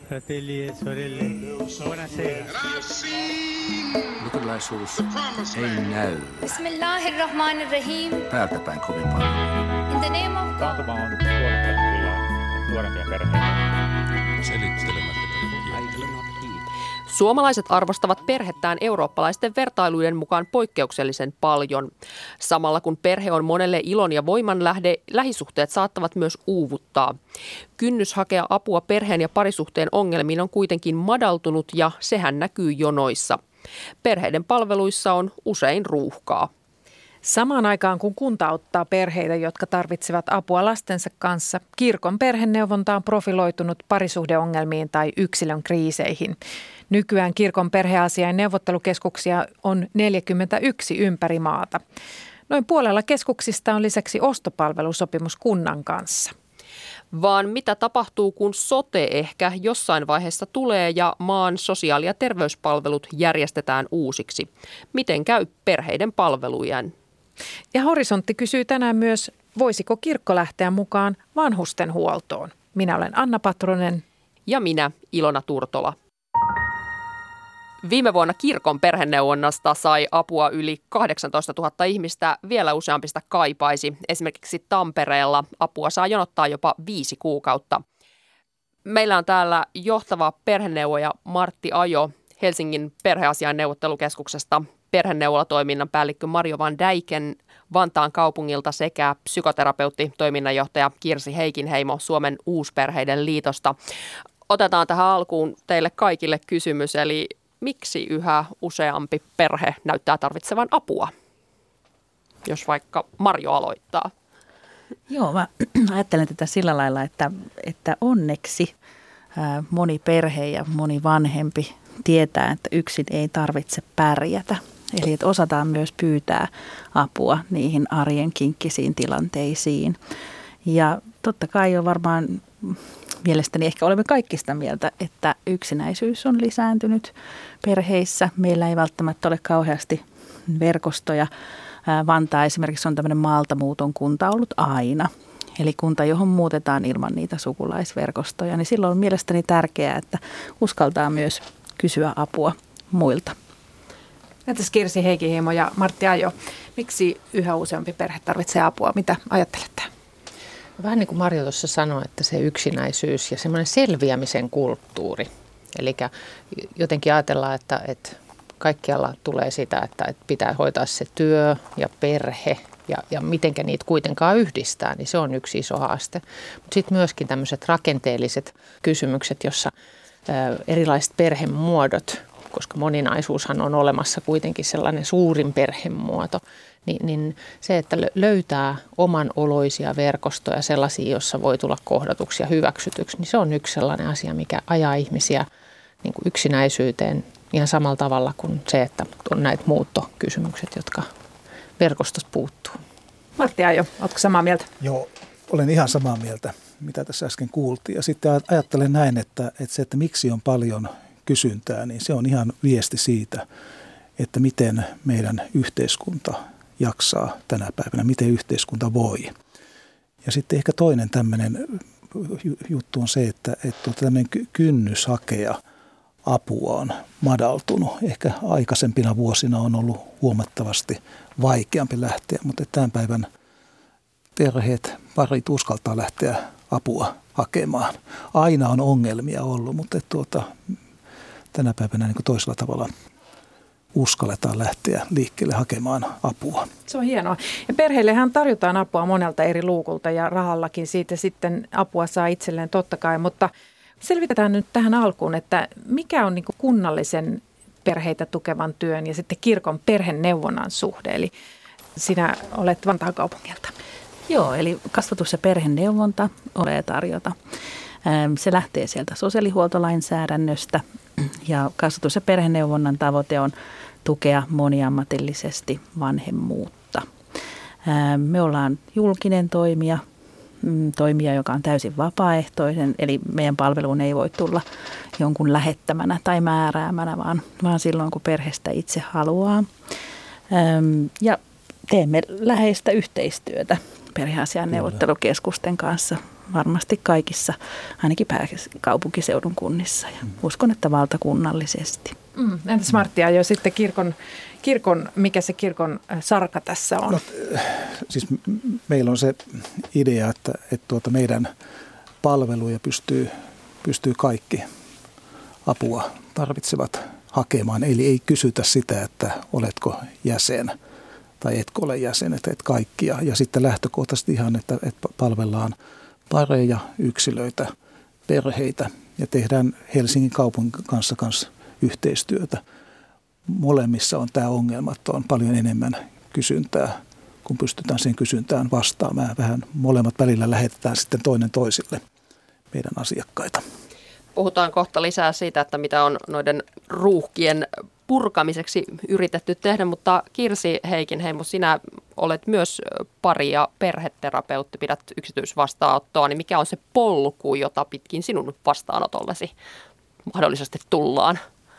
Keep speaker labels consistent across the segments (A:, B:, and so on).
A: Fratelli e sorelle, buonasera.
B: Luterilaisuus ei näy
C: Bismillahirrahmanirrahim.
B: päältäpäin kovin paljon.
C: In the name of God.
A: Taantuma on tuonut kyllä nuorempia perheitä.
D: Selittelemättä
E: Suomalaiset arvostavat perhettään eurooppalaisten vertailuiden mukaan poikkeuksellisen paljon. Samalla kun perhe on monelle ilon ja voiman lähde, lähisuhteet saattavat myös uuvuttaa. Kynnys hakea apua perheen ja parisuhteen ongelmiin on kuitenkin madaltunut ja sehän näkyy jonoissa. Perheiden palveluissa on usein ruuhkaa.
F: Samaan aikaan kun kunta auttaa perheitä, jotka tarvitsevat apua lastensa kanssa, kirkon perheneuvonta on profiloitunut parisuhdeongelmiin tai yksilön kriiseihin. Nykyään kirkon perheasiain neuvottelukeskuksia on 41 ympäri maata. Noin puolella keskuksista on lisäksi ostopalvelusopimus kunnan kanssa.
E: Vaan mitä tapahtuu, kun sote ehkä jossain vaiheessa tulee ja maan sosiaali- ja terveyspalvelut järjestetään uusiksi? Miten käy perheiden palvelujen?
F: Ja Horisontti kysyy tänään myös, voisiko kirkko lähteä mukaan vanhustenhuoltoon? Minä olen Anna Patronen.
E: Ja minä, Ilona Turtola. Viime vuonna kirkon perheneuvonnasta sai apua yli 18 000 ihmistä, vielä useampista kaipaisi. Esimerkiksi Tampereella apua saa jonottaa jopa 5 kuukautta. Meillä on täällä johtava perheneuvoja Martti Ajo Helsingin perheasiain neuvottelukeskuksesta, perheneuvolatoiminnan päällikkö Marjo van Dijken Vantaan kaupungilta sekä psykoterapeutti, toiminnanjohtaja Kirsi Heikinheimo Suomen Uusperheiden liitosta. Otetaan tähän alkuun teille kaikille kysymys, eli miksi yhä useampi perhe näyttää tarvitsevan apua? Jos vaikka Marjo aloittaa.
G: Joo, mä ajattelen tätä sillä lailla, että onneksi moni perhe ja moni vanhempi tietää, että yksin ei tarvitse pärjätä. Eli että osataan myös pyytää apua niihin arjen kinkkisiin tilanteisiin. Ja totta kai on varmaan, mielestäni ehkä olemme kaikki sitä mieltä, että yksinäisyys on lisääntynyt perheissä. Meillä ei välttämättä ole kauheasti verkostoja. Vantaa esimerkiksi on tämmöinen maaltamuuton kunta ollut aina. Eli kunta, johon muutetaan ilman niitä sukulaisverkostoja. Niin silloin on mielestäni tärkeää, että uskaltaa myös kysyä apua muilta.
F: Entäs Kirsi Heikinheimo ja Martti Ajo, miksi yhä useampi perhe tarvitsee apua? Mitä ajattelette?
H: Vähän niin kuin Marjo tuossa sanoi, että se yksinäisyys ja semmoinen selviämisen kulttuuri. Eli jotenkin ajatellaan, että kaikkialla tulee sitä, että pitää hoitaa se työ ja perhe ja mitenkä niitä kuitenkaan yhdistää, niin se on yksi iso haaste. Mutta sitten myöskin tämmöiset rakenteelliset kysymykset, jossa erilaiset perhemuodot, koska moninaisuushan on olemassa kuitenkin sellainen suurin perhemuoto, niin se, että löytää oman oloisia verkostoja, sellaisia, joissa voi tulla kohdatuksi ja hyväksytyksi, niin se on yksi sellainen asia, mikä ajaa ihmisiä niin kuin yksinäisyyteen ihan samalla tavalla kuin se, että on näitä muuttokysymykset, jotka verkostosta puuttuu.
F: Martti Ajo, oletko samaa mieltä?
I: Joo, olen ihan samaa mieltä, mitä tässä äsken kuultiin. Ja sitten ajattelen näin, että miksi on paljon kysyntää, niin se on ihan viesti siitä, että miten meidän yhteiskunta jaksaa tänä päivänä, miten yhteiskunta voi. Ja sitten ehkä toinen tämmöinen juttu on se, että tämmöinen kynnys hakea apua on madaltunut. Ehkä aikaisempina vuosina on ollut huomattavasti vaikeampi lähteä, mutta tämän päivän perheet, parit uskaltaa lähteä apua hakemaan. Aina on ongelmia ollut, mutta tänä päivänä niin kuin toisella tavalla uskalletaan lähteä liikkeelle hakemaan apua.
F: Se on hienoa. Ja perheillehän tarjotaan apua monelta eri luukulta ja rahallakin siitä sitten apua saa itselleen totta kai, mutta selvitetään nyt tähän alkuun, että mikä on niin kuin kunnallisen perheitä tukevan työn ja sitten kirkon perheneuvonnan suhde, eli sinä olet Vantaan kaupungilta.
G: Joo, eli kasvatus- ja perheneuvonta tulee tarjota. Se lähtee sieltä sosiaalihuoltolainsäädännöstä ja kasvatus- ja perheneuvonnan tavoite on tukea moniammatillisesti vanhemmuutta. Me ollaan julkinen toimija, joka on täysin vapaaehtoinen, eli meidän palveluun ei voi tulla jonkun lähettämänä tai määräämänä, vaan silloin kun perheestä itse haluaa. Ja teemme läheistä yhteistyötä perheasiain neuvottelukeskusten kanssa varmasti kaikissa, ainakin pääkaupunkiseudun kunnissa ja uskon, että valtakunnallisesti.
F: Entäs Marttia, jo sitten kirkon, mikä se kirkon sarka tässä on?
I: No, siis meillä on se idea, että meidän palveluja pystyy kaikki apua tarvitsevat hakemaan. Eli ei kysytä sitä, että oletko jäsen tai etkö ole jäsen, että kaikkia. Ja sitten lähtökohtaisesti ihan, että palvellaan pareja, yksilöitä, perheitä ja tehdään Helsingin kaupungin kanssa yhteistyötä. Molemmissa on tämä ongelma, että on paljon enemmän kysyntää, kun pystytään siihen kysyntään vastaamaan. Vähän molemmat välillä lähetetään sitten toinen toisille meidän asiakkaita.
E: Puhutaan kohta lisää siitä, että mitä on noiden ruuhkien purkamiseksi yritetty tehdä, mutta Kirsi Heikinheimo, sinä olet myös pari- ja perheterapeutti, pidät yksityisvastaanottoa, niin mikä on se polku, jota pitkin sinun vastaanotollesi mahdollisesti tullaan?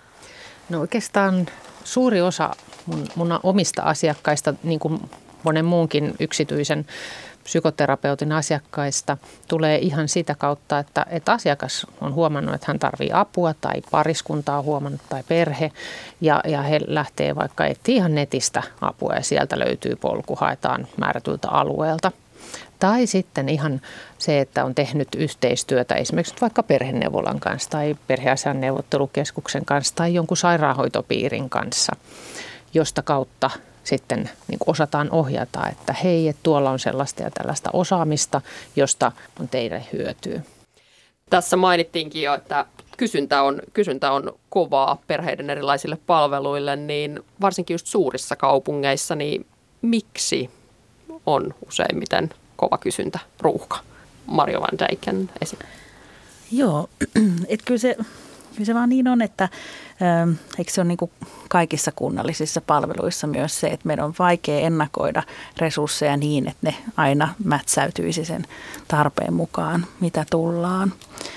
H: No oikeastaan suuri osa mun omista asiakkaista, niin kuin monen muunkin yksityisen psykoterapeutin asiakkaista, tulee ihan sitä kautta, että asiakas on huomannut, että hän tarvitsee apua tai pariskunta on huomannut tai perhe ja he lähtee vaikka etsiä ihan netistä apua ja sieltä löytyy polku, haetaan määrätyltä alueelta. Tai sitten ihan se, että on tehnyt yhteistyötä esimerkiksi vaikka perheneuvolan kanssa tai perheasian neuvottelukeskuksen kanssa tai jonkun sairaanhoitopiirin kanssa, josta kautta sitten niin kuin osataan ohjata, että hei, että tuolla on sellaista ja tällaista osaamista, josta on teille hyötyä.
E: Tässä mainittiinkin jo, että kysyntä on kovaa perheiden erilaisille palveluille, niin varsinkin just suurissa kaupungeissa, niin miksi on useimmiten kova kysyntä, ruuhka? Marjo van Dijken esim.
G: Joo, että kyllä se vaan niin on, että eikö se ole niin kuin kaikissa kunnallisissa palveluissa myös se, että meidän on vaikea ennakoida resursseja niin, että ne aina mätsäytyisi sen tarpeen mukaan, mitä tullaan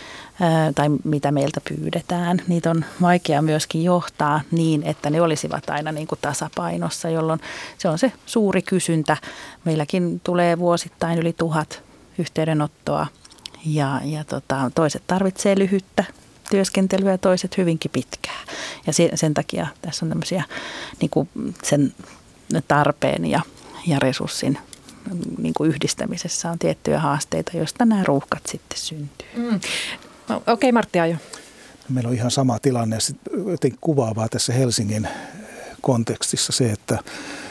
G: tai mitä meiltä pyydetään. Niitä on vaikea myöskin johtaa niin, että ne olisivat aina niin kuin tasapainossa, jolloin se on se suuri kysyntä. Meilläkin tulee vuosittain yli 1000 yhteydenottoa ja toiset tarvitsee lyhyttä työskentelyä ja toiset hyvinkin pitkää. Ja sen takia tässä on tämmöisiä niin kuin sen tarpeen ja resurssin niin kuin yhdistämisessä on tiettyjä haasteita, joista nämä ruuhkat sitten syntyy.
F: No, okei, Martti Ajo.
I: Meillä on ihan sama tilanne ja jotenkin kuvaavaa tässä Helsingin kontekstissa se, että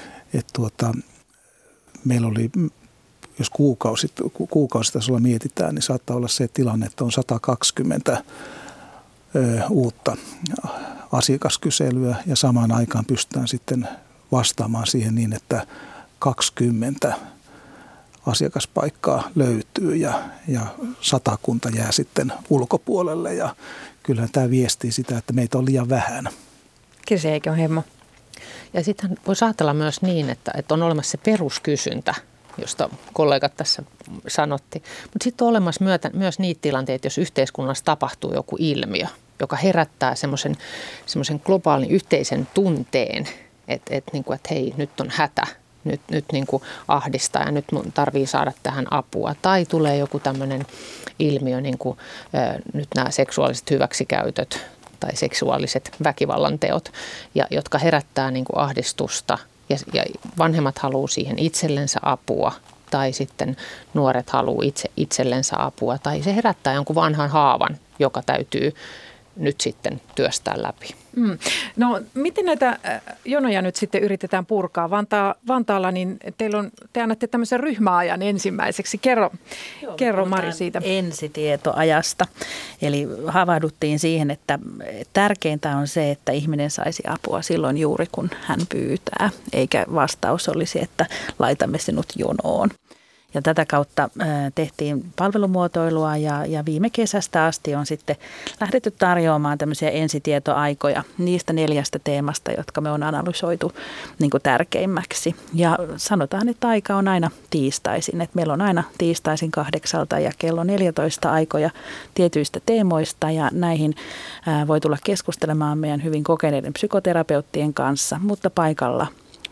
I: meillä oli, jos kuukausitasolla mietitään, niin saattaa olla se tilanne, että on 120 uutta asiakaskyselyä ja samaan aikaan pystytään sitten vastaamaan siihen niin, että 20 asiakaspaikkaa löytyy ja 100 jää sitten ulkopuolelle ja kyllähän tämä viestii sitä, että meitä on liian vähän.
F: Kirsi Heikinheimo.
H: Ja sitten voisi ajatella myös niin, että on olemassa se peruskysyntä, josta kollegat tässä sanotti. Mutta sitten on olemassa myös niitä tilanteita, jos yhteiskunnassa tapahtuu joku ilmiö, joka herättää semmoisen globaalin yhteisen tunteen, että hei, nyt on hätä, nyt niin kuin ahdistaa ja nyt mun tarvii saada tähän apua. Tai tulee joku tämmöinen ilmiö, niin kuin nyt nämä seksuaaliset hyväksikäytöt tai seksuaaliset väkivallanteot, jotka herättää niin kuin ahdistusta ja vanhemmat haluaa siihen itsellensä apua tai sitten nuoret haluaa itsellensä apua tai se herättää jonkun vanhan haavan, joka täytyy nyt sitten työstää läpi.
F: No miten näitä jonoja nyt sitten yritetään purkaa? Vantaalla niin te annatte tämmöisen ryhmäajan ensimmäiseksi. Kerro Mari siitä.
G: Ensitietoajasta. Eli havahduttiin siihen, että tärkeintä on se, että ihminen saisi apua silloin juuri kun hän pyytää, eikä vastaus olisi, että laitamme sinut jonoon. Ja tätä kautta tehtiin palvelumuotoilua ja viime kesästä asti on sitten lähdetty tarjoamaan tämmöisiä ensitietoaikoja niistä 4 teemasta, jotka me on analysoitu niin kuin tärkeimmäksi. Ja sanotaan, että aika on aina tiistaisin, että meillä on aina tiistaisin 8 ja kello 14 aikoja tietyistä teemoista ja näihin voi tulla keskustelemaan meidän hyvin kokeneiden psykoterapeuttien kanssa, mutta paikalla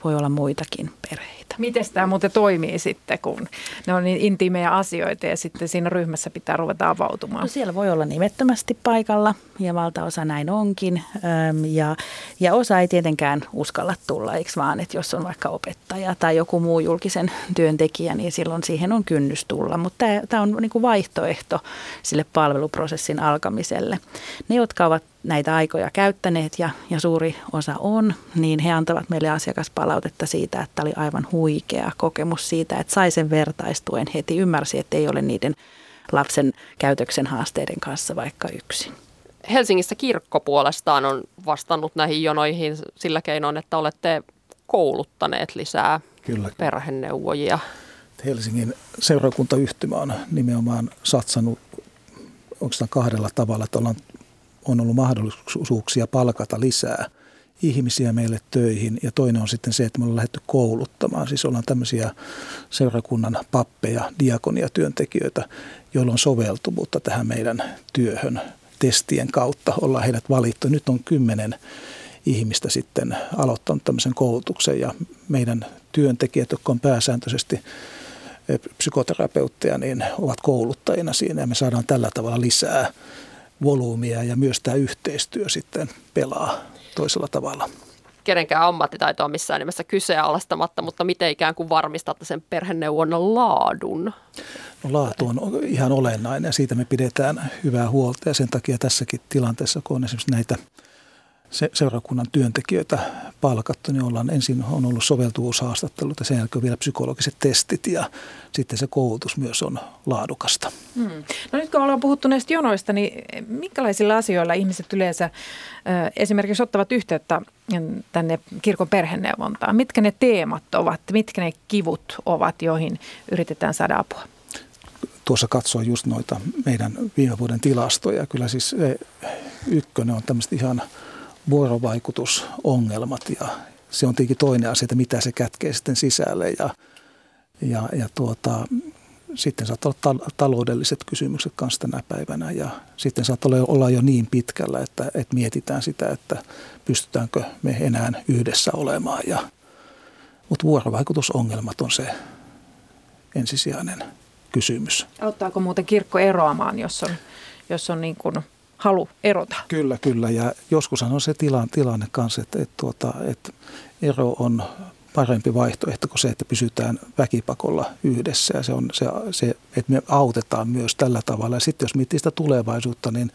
G: voi olla muitakin perheitä.
F: Miten tämä muuten toimii sitten, kun ne on niin intiimejä asioita ja sitten siinä ryhmässä pitää ruveta avautumaan?
G: No siellä voi olla nimettömästi paikalla ja valtaosa näin onkin ja osa ei tietenkään uskalla tulla, eikö vaan, että jos on vaikka opettaja tai joku muu julkisen työntekijä, niin silloin siihen on kynnys tulla, mutta tämä on niin kuin vaihtoehto sille palveluprosessin alkamiselle. Ne, jotka ovat näitä aikoja käyttäneet ja suuri osa on, niin he antavat meille asiakaspalautetta siitä, että oli aivan huikea kokemus siitä, että sai sen vertaistuen heti, ymmärsi, että ei ole niiden lapsen käytöksen haasteiden kanssa vaikka yksin.
E: Helsingissä kirkko puolestaan on vastannut näihin jonoihin sillä keinoin, että olette kouluttaneet lisää perheneuvojia.
I: Helsingin seurakuntayhtymä on nimenomaan satsannut oikeastaan kahdella tavalla, että on ollut mahdollisuuksia palkata lisää ihmisiä meille töihin ja toinen on sitten se, että me ollaan lähdetty kouluttamaan. Siis ollaan tämmöisiä seurakunnan pappeja, diakoniatyöntekijöitä, joilla on soveltuvuutta tähän meidän työhön. Testien kautta ollaan heidät valittu. Nyt on 10 ihmistä sitten aloittanut tämmöisen koulutuksen ja meidän työntekijät, jotka on pääsääntöisesti psykoterapeutteja, niin ovat kouluttajina siinä ja me saadaan tällä tavalla lisää volyymia ja myös tämä yhteistyö sitten pelaa toisella tavalla.
E: Kenenkään ammattitaitoa missään nimessä kyseenalaistamatta, mutta miten ikään kuin varmistatte sen perheneuvonnan laadun?
I: No, laatu on ihan olennainen ja siitä me pidetään hyvää huolta ja sen takia tässäkin tilanteessa, kun on esimerkiksi näitä seurakunnan työntekijöitä palkattu, niin ensin on ollut soveltuvuushaastattelut ja sen jälkeen vielä psykologiset testit ja sitten se koulutus myös on laadukasta.
F: No nyt kun ollaan puhuttu näistä jonoista, niin minkälaisilla asioilla ihmiset yleensä esimerkiksi ottavat yhteyttä tänne kirkon perheneuvontaan? Mitkä ne teemat ovat, mitkä ne kivut ovat, joihin yritetään saada apua?
I: Tuossa katsoin just noita meidän viime vuoden tilastoja. Kyllä siis ykkönen on tämmöiset ihan vuorovaikutusongelmat ja se on tietenkin toinen asia, että mitä se kätkee sitten sisälle ja sitten saattaa olla taloudelliset kysymykset kanssa tänä päivänä ja sitten saattaa olla jo niin pitkällä, että mietitään sitä, että pystytäänkö me enää yhdessä olemaan. Mutta vuorovaikutusongelmat on se ensisijainen kysymys.
F: Auttaako muuten kirkko eroamaan, jos on niin kuin halu erota?
I: Kyllä. Ja joskushan on se tilanne kanssa, että ero on parempi vaihtoehto kuin se, että pysytään väkipakolla yhdessä. Ja se, että me autetaan myös tällä tavalla. Ja sitten jos miettii sitä tulevaisuutta, niin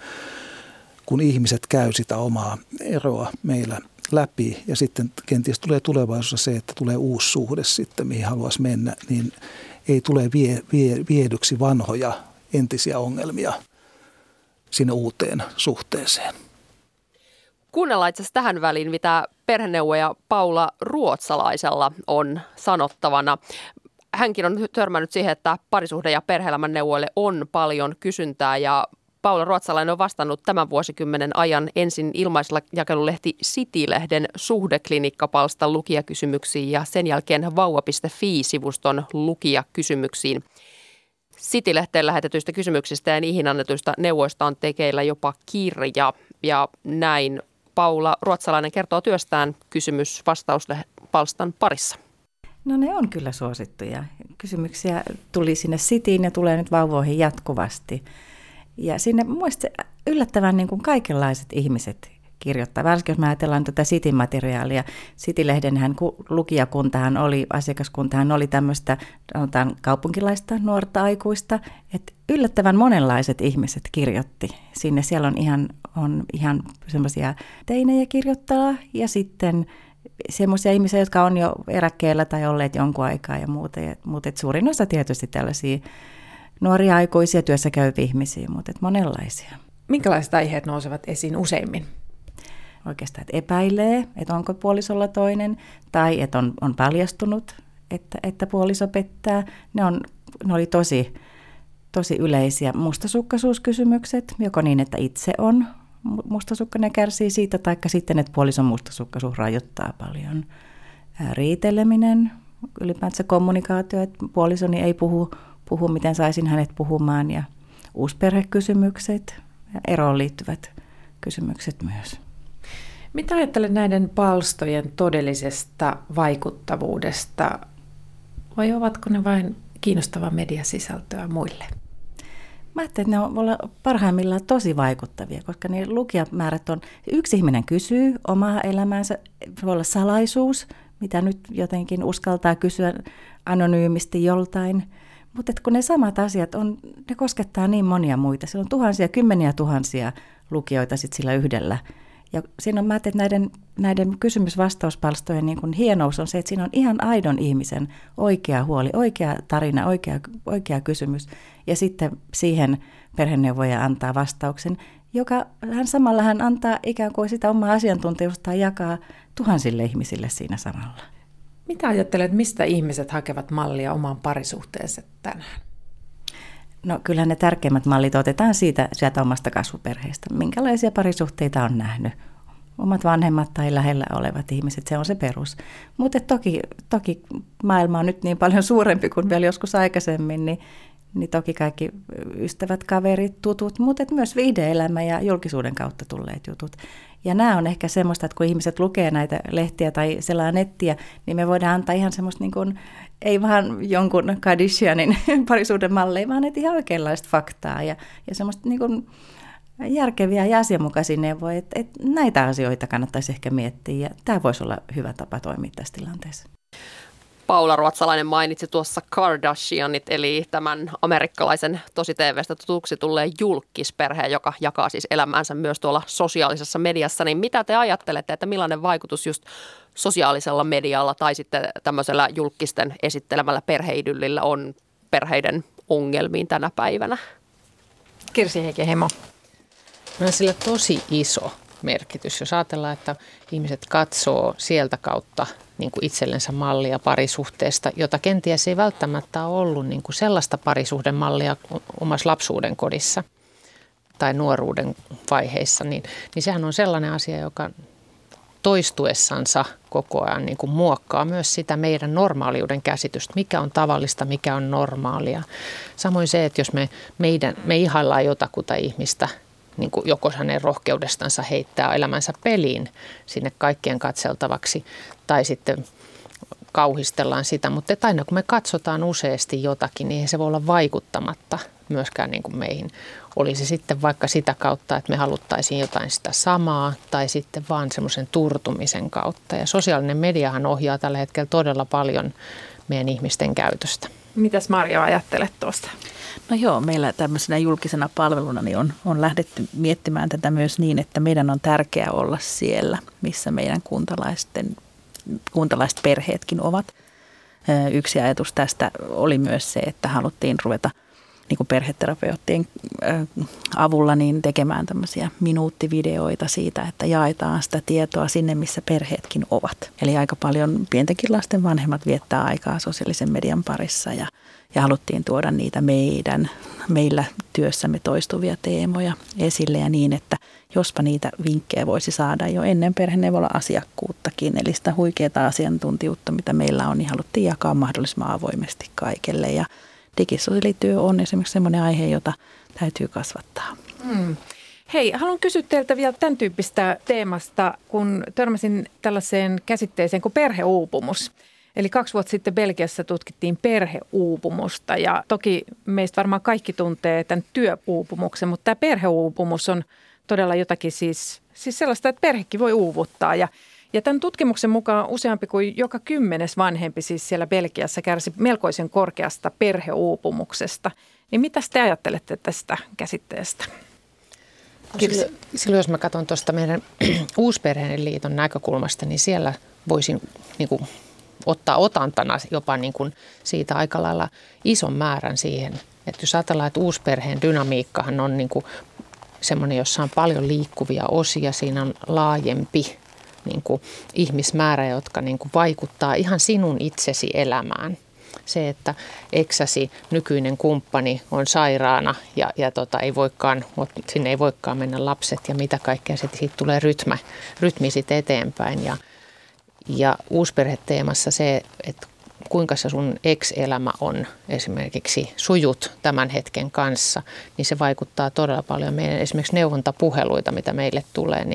I: kun ihmiset käy sitä omaa eroa meillä läpi ja sitten kenties tulee tulevaisuudessa se, että tulee uusi suhde sitten, mihin haluaisi mennä, niin ei tule viedyksi vanhoja entisiä ongelmia sinne uuteen suhteeseen.
E: Kuunnellaan itse asiassa tähän väliin, mitä perheneuvoja Paula Ruotsalaisella on sanottavana. Hänkin on törmännyt siihen, että parisuhde- ja perhe-elämän neuvoille on paljon kysyntää ja Paula Ruotsalainen on vastannut tämän vuosikymmenen ajan ensin ilmaisjakelulehti City-lehden suhdeklinikkapalstan lukijakysymyksiin ja sen jälkeen vauva.fi-sivuston lukijakysymyksiin. City-lehteen lähetetyistä kysymyksistä ja niihin annetuista neuvoista on tekeillä jopa kirja ja näin Paula Ruotsalainen kertoo työstään kysymys-vastauspalstan parissa.
D: No ne on kyllä suosittuja. Kysymyksiä tuli sinne Cityin ja tulee nyt vauvoihin jatkuvasti. Ja sinne muista yllättävän niin kuin kaikenlaiset ihmiset kirjoittaa. Varsinkin jos me ajatellaan tätä City-materiaalia. City-lehdenhän lukijakuntahan oli, asiakaskuntahan oli tämmöistä kaupunkilaista nuorta aikuista. Että yllättävän monenlaiset ihmiset kirjoitti sinne. Siellä on ihan semmoisia teinejä kirjoittaa ja sitten semmoisia ihmisiä, jotka on jo eläkkeellä tai olleet jonkun aikaa ja muuta. Mutta suurin osa tietysti tällaisia nuoria aikuisia työssä käyviä ihmisiä, mutta monenlaisia.
F: Minkälaiset aiheet nousevat esiin useimmin?
D: Oikeastaan, että epäilee, että onko puolisolla toinen, tai että on paljastunut, että puoliso pettää. Ne oli tosi yleisiä. Mustasukkaisuuskysymykset, joko niin, että itse on mustasukkainen ja kärsii siitä, taikka sitten, että puolison mustasukkaisuus rajoittaa paljon. Riiteleminen, ylipäätään kommunikaatio, että puolisoni ei puhu, miten saisin hänet puhumaan, ja uusperhekysymykset ja eroon liittyvät kysymykset myös.
F: Mitä ajattelet näiden palstojen todellisesta vaikuttavuudesta, vai ovatko ne vain kiinnostavaa mediasisältöä muille?
D: Mä ajattelin, että ne voi olla parhaimmillaan tosi vaikuttavia, koska ne lukijamäärät on, yksi ihminen kysyy omaa elämäänsä, voi olla salaisuus, mitä nyt jotenkin uskaltaa kysyä anonyymisti joltain, mutta kun ne samat asiat ne koskettaa niin monia muita, siellä on tuhansia, kymmeniä tuhansia lukijoita sit sillä yhdellä. Ja siinä on, mä ajattelin, että näiden kysymys-vastauspalstojen niin kuin hienous on se, että siinä on ihan aidon ihmisen oikea huoli, oikea tarina, oikea kysymys. Ja sitten siihen perheneuvoja antaa vastauksen, joka hän antaa ikään kuin sitä omaa asiantuntijuutta jakaa tuhansille ihmisille siinä samalla.
F: Mitä ajattelet, mistä ihmiset hakevat mallia omaan parisuhteeseen tänään?
D: No kyllä ne tärkeimmät mallit otetaan sieltä omasta kasvuperheestä. Minkälaisia parisuhteita on nähnyt? Omat vanhemmat tai lähellä olevat ihmiset, se on se perus. Mutta toki maailma on nyt niin paljon suurempi kuin vielä joskus aikaisemmin, niin toki kaikki ystävät, kaverit, tutut, mutta myös viihde-elämä ja julkisuuden kautta tulleet jutut. Ja nämä on ehkä semmoista, että kun ihmiset lukee näitä lehtiä tai selaa nettiä, niin me voidaan antaa ihan semmoista, niin kuin, ei vaan jonkun Kardashianin parisuuden malleja, vaan ihan oikeanlaista faktaa ja semmoista niin kuin järkeviä ja asianmukaisia neuvoja, että näitä asioita kannattaisi ehkä miettiä ja tämä voisi olla hyvä tapa toimia tässä tilanteessa.
E: Paula Ruotsalainen mainitsi tuossa Kardashianit, eli tämän amerikkalaisen tosi TV:stä tutuksi tulleen julkkisperheen, joka jakaa siis elämäänsä myös tuolla sosiaalisessa mediassa. Niin mitä te ajattelette, että millainen vaikutus just sosiaalisella medialla tai sitten tämmöisellä julkisten esittelemällä perheidyllillä on perheiden ongelmiin tänä päivänä?
F: Kirsi Heikki-Hemo.
H: On sillä tosi iso merkitys, jos ajatellaan, että ihmiset katsoo sieltä kautta niin kuin itsellensä mallia parisuhteesta, jota kenties ei välttämättä ole ollut niin kuin sellaista parisuhdemallia omassa lapsuuden kodissa tai nuoruuden vaiheissa, niin sehän on sellainen asia, joka toistuessansa koko ajan niin kuin muokkaa myös sitä meidän normaaliuden käsitystä, mikä on tavallista, mikä on normaalia. Samoin se, että jos me ihaillaan jotakuta ihmistä, niin kuin joko hänen rohkeudestansa heittää elämänsä peliin sinne kaikkien katseltavaksi tai sitten kauhistellaan sitä, mutta aina kun me katsotaan useasti jotakin, niin se voi olla vaikuttamatta myöskään niin kuin meihin. Oli se sitten vaikka sitä kautta, että me haluttaisiin jotain sitä samaa tai sitten vaan semmoisen turtumisen kautta. Ja sosiaalinen mediahan ohjaa tällä hetkellä todella paljon meidän ihmisten käytöstä.
F: Mitäs Marja ajattelet tuosta?
G: No joo, meillä tämmöisenä julkisena palveluna niin on lähdetty miettimään tätä myös niin, että meidän on tärkeää olla siellä, missä meidän kuntalaiset perheetkin ovat. Yksi ajatus tästä oli myös se, että haluttiin ruveta niin kuin perheterapeuttien avulla niin tekemään tämmöisiä minuuttivideoita siitä, että jaetaan sitä tietoa sinne, missä perheetkin ovat. Eli aika paljon pientenkin lasten vanhemmat viettää aikaa sosiaalisen median parissa ja haluttiin tuoda niitä meillä työssämme toistuvia teemoja esille ja niin, että jospa niitä vinkkejä voisi saada jo ennen perheneuvola-asiakkuuttakin. Eli sitä huikeaa asiantuntijuutta, mitä meillä on, niin haluttiin jakaa mahdollisimman avoimesti kaikille. Ja digisosiaalityö on esimerkiksi sellainen aihe, jota täytyy kasvattaa.
F: Hei, haluan kysyä teiltä vielä tämän tyyppistä teemasta, kun törmäsin tällaiseen käsitteeseen kuin perheuupumus. Eli 2 vuotta sitten Belgiassa tutkittiin perheuupumusta ja toki meistä varmaan kaikki tuntee tämän työuupumuksen, mutta tämä perheuupumus on todella jotakin siis sellaista, että perhekin voi uuvuttaa. Ja tämän tutkimuksen mukaan useampi kuin joka 10. vanhempi siis siellä Belgiassa kärsi melkoisen korkeasta perheuupumuksesta. Niin mitä te ajattelette tästä käsitteestä?
H: Silloin jos mä katson tuosta meidän Uusperheiden liiton näkökulmasta, niin siellä voisin niin kuin ottaa otantana jopa niin kuin siitä aika lailla ison määrän siihen. Että jos ajatellaan, että uusperheen dynamiikkahan on niin kuin semmoinen, jossa on paljon liikkuvia osia, siinä on laajempi niin kuin ihmismäärä, jotka niin kuin vaikuttaa ihan sinun itsesi elämään. Se, että eksäsi nykyinen kumppani on sairaana ja sinne ei voikaan mennä lapset ja mitä kaikkea, siitä tulee rytmi sitten eteenpäin. Ja uusperheteemassa se, että kuinka se sun ex-elämä on esimerkiksi sujut tämän hetken kanssa, niin se vaikuttaa todella paljon. Meidän esimerkiksi neuvontapuheluita, mitä meille tulee, niin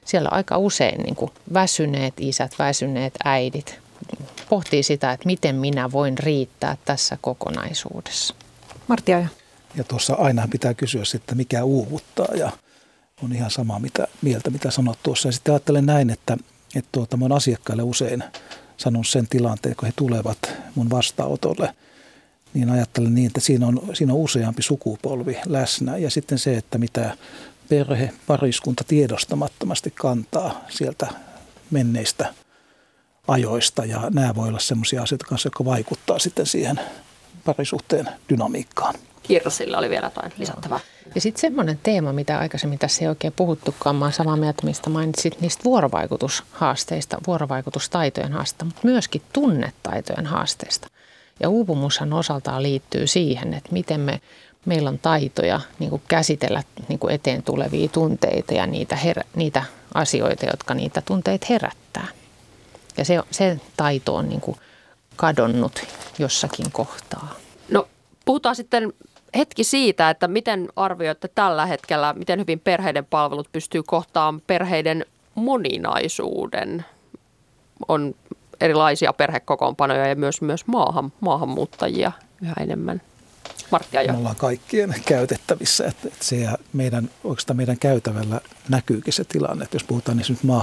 H: siellä aika usein niin kuin väsyneet isät, väsyneet äidit pohtii sitä, että miten minä voin riittää tässä kokonaisuudessa.
F: Martti Ajo.
I: Ja tuossa aina pitää kysyä sitten, mikä uuvuttaa, ja on ihan sama mieltä, mitä sanot tuossa. Ja sitten ajattelen näin, että mä oon asiakkaille usein sanonut sen tilanteen, kun he tulevat mun vastaanotolle, niin ajattelen niin, että siinä on useampi sukupolvi läsnä. Ja sitten se, että mitä perhe, pariskunta tiedostamattomasti kantaa sieltä menneistä ajoista. Ja nämä voi olla sellaisia asioita kanssa, jotka vaikuttaa sitten siihen parisuhteen dynamiikkaan.
E: Kirsillä oli vielä jotain lisättävää.
H: Ja sitten semmoinen teema, mitä aikaisemmin tässä ei oikein puhuttukaan, mä oon samaa mieltä, mistä mainitsit niistä vuorovaikutushaasteista, vuorovaikutustaitojen haasteista, mutta myöskin tunnetaitojen haasteista. Ja uupumushan osaltaan liittyy siihen, että miten meillä on taitoja niin kuin käsitellä niin kuin eteen tulevia tunteita ja niitä asioita, jotka niitä tunteita herättää. Ja se taito on niin kuin kadonnut jossakin kohtaa.
E: No puhutaan sitten hetki siitä, että miten arvioitte tällä hetkellä, miten hyvin perheiden palvelut pystyy kohtaamaan perheiden moninaisuuden. On erilaisia perhekokoonpanoja ja myös maahanmuuttajia yhä enemmän. Martti Ajo.
I: Me ollaan kaikkien käytettävissä, että se ja oikeastaan meidän käytävällä näkyykin se tilanne, että jos puhutaan niin nyt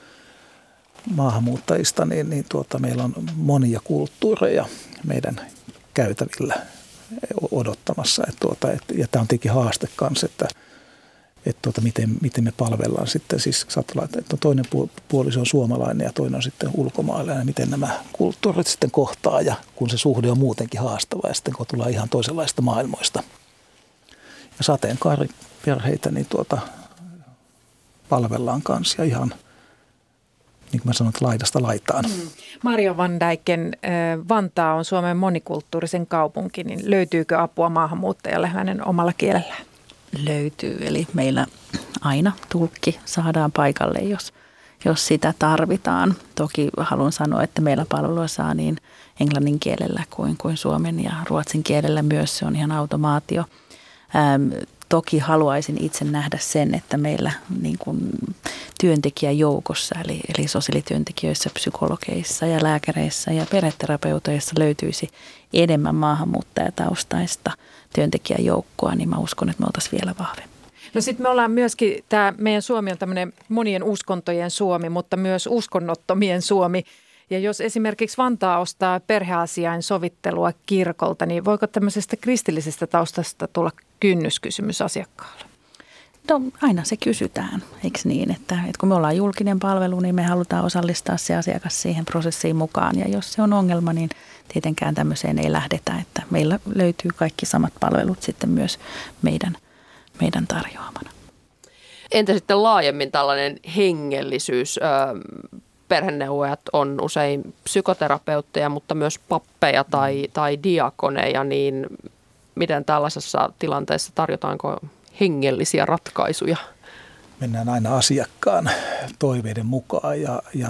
I: maahanmuuttajista, niin meillä on monia kulttuureja meidän käytävillä odottamassa. Ja tämä on tietenkin haaste kanssa, että miten me palvellaan sitten, siis saattaa olla, että toinen puoliso on suomalainen ja toinen on sitten ulkomaalainen, ja miten nämä kulttuurit sitten kohtaa, ja kun se suhde on muutenkin haastava, ja sitten kun tullaan ihan toisenlaista maailmoista. Ja sateenkaariperheitä, niin palvellaan kanssa, ja ihan niin kuin mä sanon, laidasta laitaan.
F: Marjo van Dijken, Vantaa on Suomen monikulttuurisen kaupunki, niin löytyykö apua maahanmuuttajalle hänen omalla kielellään?
G: Löytyy, eli meillä aina tulkki saadaan paikalle, jos sitä tarvitaan. Toki haluan sanoa, että meillä palvelua saa niin englannin kielellä kuin suomen ja ruotsin kielellä myös, se on ihan automaatio. Toki haluaisin itse nähdä sen, että meillä niin kuin työntekijäjoukossa, eli sosiaalityöntekijöissä, psykologeissa ja lääkäreissä ja perheterapeuteissa löytyisi enemmän maahanmuuttajataustaista työntekijäjoukkoa, niin mä uskon, että me oltaisiin vielä vahvemmin.
F: No sitten me ollaan myöskin, meidän Suomi on tämmöinen monien uskontojen Suomi, mutta myös uskonnottomien Suomi. Ja jos esimerkiksi Vantaa ostaa perheasiain sovittelua kirkolta, niin voiko tämmöisestä kristillisestä taustasta tulla kynnyskysymys asiakkaalle?
G: No aina se kysytään, eikö niin, että kun me ollaan julkinen palvelu, niin me halutaan osallistaa se asiakas siihen prosessiin mukaan. Ja jos se on ongelma, niin tietenkään tämmöiseen ei lähdetä, että meillä löytyy kaikki samat palvelut sitten myös meidän tarjoamana. Entä
E: sitten laajemmin tällainen hengellisyys? Perheneuvojat on usein psykoterapeutteja, mutta myös pappeja tai diakoneja, niin miten tällaisessa tilanteessa tarjotaanko hengellisiä ratkaisuja?
I: Mennään aina asiakkaan toiveiden mukaan ja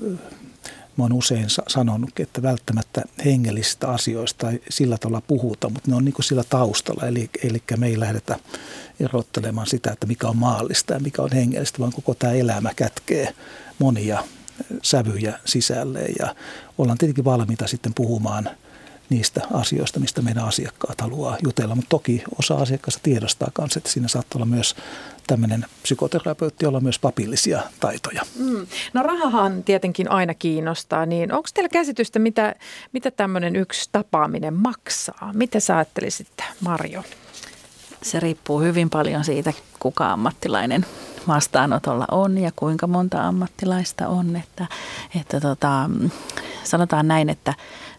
I: mä oon usein sanonut, että välttämättä hengellisistä asioista ei sillä tavalla puhuta, mutta ne on niin kuin sillä taustalla. Eli me ei lähdetä erottelemaan sitä, että mikä on maallista ja mikä on hengellistä, vaan koko tämä elämä kätkee monia sävyjä sisälle. Ja ollaan tietenkin valmiita sitten puhumaan niistä asioista, mistä meidän asiakkaat haluaa jutella. Mutta toki osa asiakkaista tiedostaa myös, että siinä saattaa olla myös tämmöinen psykoterapeutti, jolla on myös papillisia taitoja.
F: No rahahan tietenkin aina kiinnostaa, niin onko teillä käsitystä, mitä tämmöinen yksi tapaaminen maksaa? Mitä sä ajattelisit, Marjo?
G: Se riippuu hyvin paljon siitä, kuka ammattilainen vastaanotolla on ja kuinka monta ammattilaista on. Että sanotaan näin, että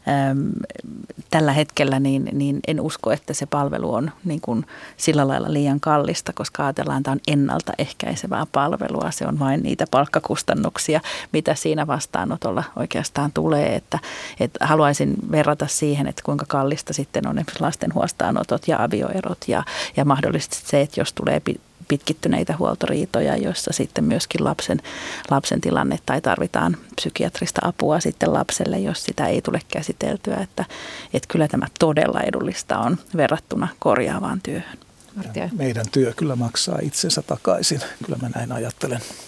G: tällä hetkellä niin en usko, että se palvelu on niin kuin sillä lailla liian kallista, koska ajatellaan, että tämä on ennaltaehkäisevää palvelua. Se on vain niitä palkkakustannuksia, mitä siinä vastaanotolla oikeastaan tulee. Että haluaisin verrata siihen, että kuinka kallista sitten on esimerkiksi lasten huostaanotot ja avioerot ja mahdollisesti se, että jos tulee pitkittyneitä huoltoriitoja, joissa sitten myöskin lapsen tilanne tai tarvitaan psykiatrista apua sitten lapselle, jos sitä ei tule käsiteltyä, että kyllä tämä todella edullista on verrattuna korjaavaan työhön.
I: Meidän työ kyllä maksaa itsensä takaisin, kyllä mä näin ajattelen.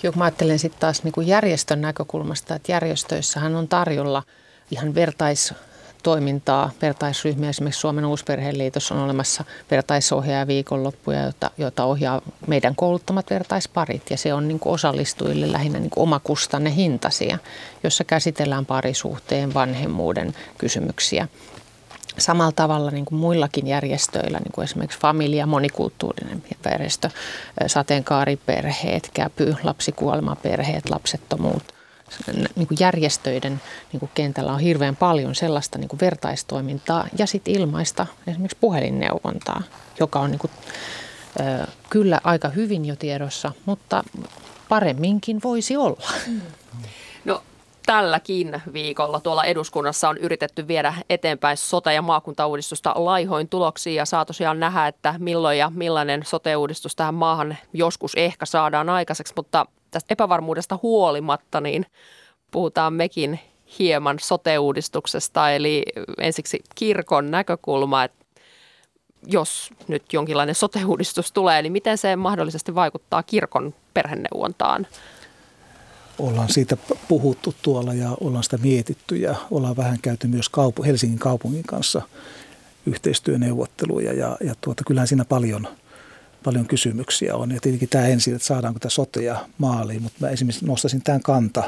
H: Joo, mä ajattelen sitten taas niin kuin järjestön näkökulmasta, että järjestöissähän on tarjolla ihan vertaistoimintaa, vertaisryhmiä. Esimerkiksi Suomen Uusperheliitossa on olemassa vertaisohjaajaviikonloppuja, joita ohjaa meidän kouluttamat vertaisparit. Ja se on niin kuin osallistujille lähinnä niin kuin omakustannehintaisia, jossa käsitellään parisuhteen vanhemmuuden kysymyksiä. Samalla tavalla niin kuin muillakin järjestöillä, niin kuin esimerkiksi Familia, monikulttuurinen järjestö, sateenkaariperheet, Käpy, lapsikuolemaperheet, lapsettomuut. Niin kuin järjestöiden niin kuin kentällä on hirveän paljon sellaista niin kuin vertaistoimintaa ja sitten ilmaista esimerkiksi puhelinneuvontaa, joka on niin kuin, kyllä aika hyvin jo tiedossa, mutta paremminkin voisi olla.
E: No, tälläkin viikolla tuolla eduskunnassa on yritetty viedä eteenpäin sote- ja maakuntauudistusta laihoin tuloksiin ja saa tosiaan nähdä, että milloin ja millainen sote-uudistus tähän maahan joskus ehkä saadaan aikaiseksi, mutta tästä epävarmuudesta huolimatta niin puhutaan mekin hieman sote-uudistuksesta, eli ensiksi kirkon näkökulma, että jos nyt jonkinlainen sote-uudistus tulee, niin miten se mahdollisesti vaikuttaa kirkon perheneuvontaan?
I: Ollaan siitä puhuttu tuolla ja ollaan sitä mietitty ja ollaan vähän käyty myös Helsingin kaupungin kanssa yhteistyöneuvotteluja ja kyllähän siinä paljon kysymyksiä on. Ja tietenkin tämä ensin, että saadaanko tämä sotea maaliin, mutta mä esimerkiksi nostaisin tämän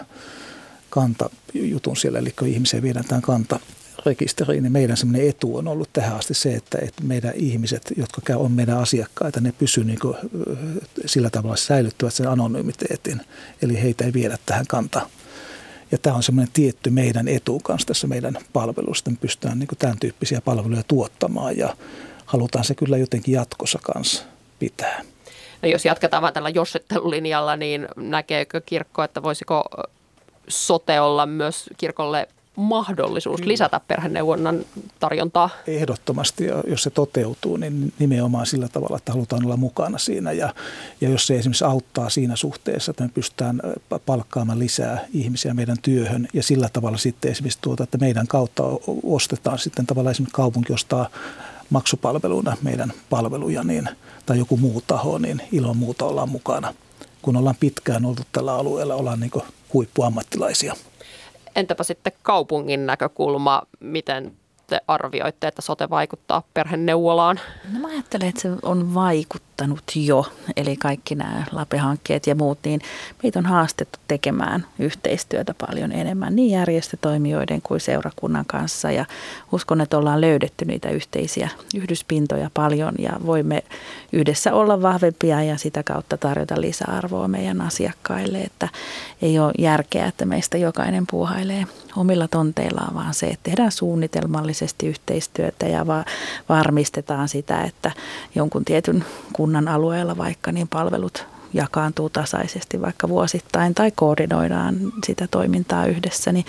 I: kantajutun siellä, eli kun ihmisiä viedään tämän kantarekisteriin, niin meidän semmoinen etu on ollut tähän asti se, että meidän ihmiset, jotka on meidän asiakkaita, ne pysyvät niin kuin sillä tavalla säilyttävät sen anonymiteetin, eli heitä ei viedä tähän kantaan. Ja tämä on semmoinen tietty meidän etu kanssa tässä meidän palvelusta, me pystytään niin kuin tämän tyyppisiä palveluja tuottamaan ja halutaan se kyllä jotenkin jatkossa kanssa pitää.
E: No jos jatketaan vaan tällä jossittelulinjalla, niin näkeekö kirkko, että voisiko sote olla myös kirkolle mahdollisuus lisätä perheneuvonnan tarjontaa?
I: Ehdottomasti, ja jos se toteutuu, niin nimenomaan sillä tavalla, että halutaan olla mukana siinä. Ja jos se esimerkiksi auttaa siinä suhteessa, että me pystytään palkkaamaan lisää ihmisiä meidän työhön ja sillä tavalla sitten esimerkiksi että meidän kautta ostetaan sitten tavallaan esimerkiksi kaupunki ostaa maksupalveluna meidän palveluja tai joku muu taho, niin ilman muuta ollaan mukana. Kun ollaan pitkään oltu tällä alueella, ollaan niin kuin huippuammattilaisia.
E: Entäpä sitten kaupungin näkökulma, miten te arvioitte, että sote vaikuttaa perheneuvolaan?
G: No mä ajattelen, että se on vaikuttanut jo, eli kaikki nämä LAPE-hankkeet ja muut, niin meitä on haastettu tekemään yhteistyötä paljon enemmän niin järjestötoimijoiden kuin seurakunnan kanssa ja uskon, että ollaan löydetty niitä yhteisiä yhdyspintoja paljon ja voimme yhdessä olla vahvempia ja sitä kautta tarjota lisäarvoa meidän asiakkaille, että ei ole järkeä, että meistä jokainen puuhailee omilla tonteillaan, vaan se, että tehdään suunnitelmallisesti yhteistyötä ja varmistetaan sitä, että jonkun tietyn kunnan alueella vaikka niin palvelut jakaantuu tasaisesti vaikka vuosittain tai koordinoidaan sitä toimintaa yhdessä, niin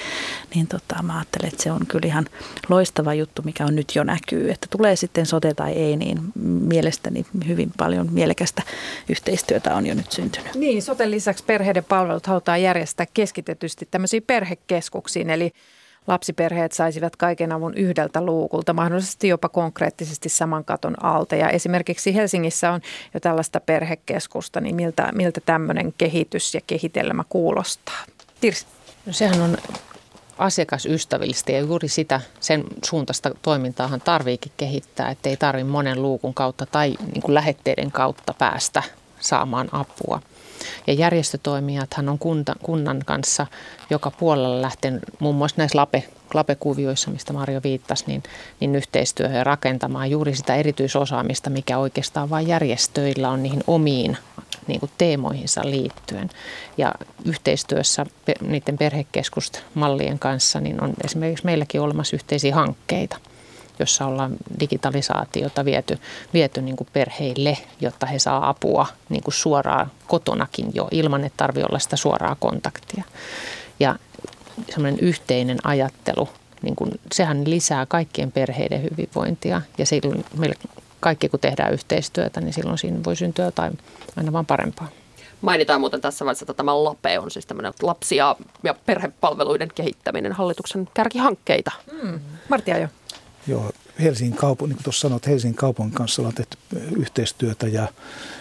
G: mä ajattelen, että se on kyllä ihan loistava juttu, mikä on nyt jo näkyy, että tulee sitten sote tai ei, niin mielestäni hyvin paljon mielekästä yhteistyötä on jo nyt syntynyt.
F: Niin, soten lisäksi perheiden palvelut halutaan järjestää keskitetysti tämmöisiin perhekeskuksiin, eli lapsiperheet saisivat kaiken avun yhdeltä luukulta, mahdollisesti jopa konkreettisesti saman katon alta. Ja esimerkiksi Helsingissä on jo tällaista perhekeskusta, niin miltä tämmöinen kehitys ja kehitelmä kuulostaa? Tirsi.
H: No sehän on asiakasystävällistä ja juuri sen suuntaista toimintaahan tarviikin kehittää, että ei tarvitse monen luukun kautta tai niin kuin lähetteiden kautta päästä saamaan apua. Ja järjestötoimijathan on kunnan kanssa joka puolella lähtenyt muun muassa näissä LAPE-kuvioissa, mistä Marjo viittasi, niin yhteistyöhön ja rakentamaan juuri sitä erityisosaamista, mikä oikeastaan vain järjestöillä on niihin omiin niin kuin teemoihinsa liittyen. Ja yhteistyössä niiden perhekeskusmallien kanssa niin on esimerkiksi meilläkin olemassa yhteisiä hankkeita, jossa ollaan digitalisaatiota viety niin kuin perheille, jotta he saa apua niin kuin suoraan kotonakin jo, ilman että tarvitse olla sitä suoraa kontaktia. Ja semmoinen yhteinen ajattelu, niin kuin, sehän lisää kaikkien perheiden hyvinvointia. Ja silloin meillä kaikki, kun tehdään yhteistyötä, niin silloin siinä voi syntyä jotain aina vaan parempaa.
E: Mainitaan muuten tässä vaiheessa, että tämä LAPE on siis tämmöinen lapsi- ja perhepalveluiden kehittäminen hallituksen kärkihankkeita.
F: Martti Ajo.
I: Joo, Helsingin kaupungin, niin kuin tuossa sanoit, Helsingin kaupungin kanssa ollaan tehty yhteistyötä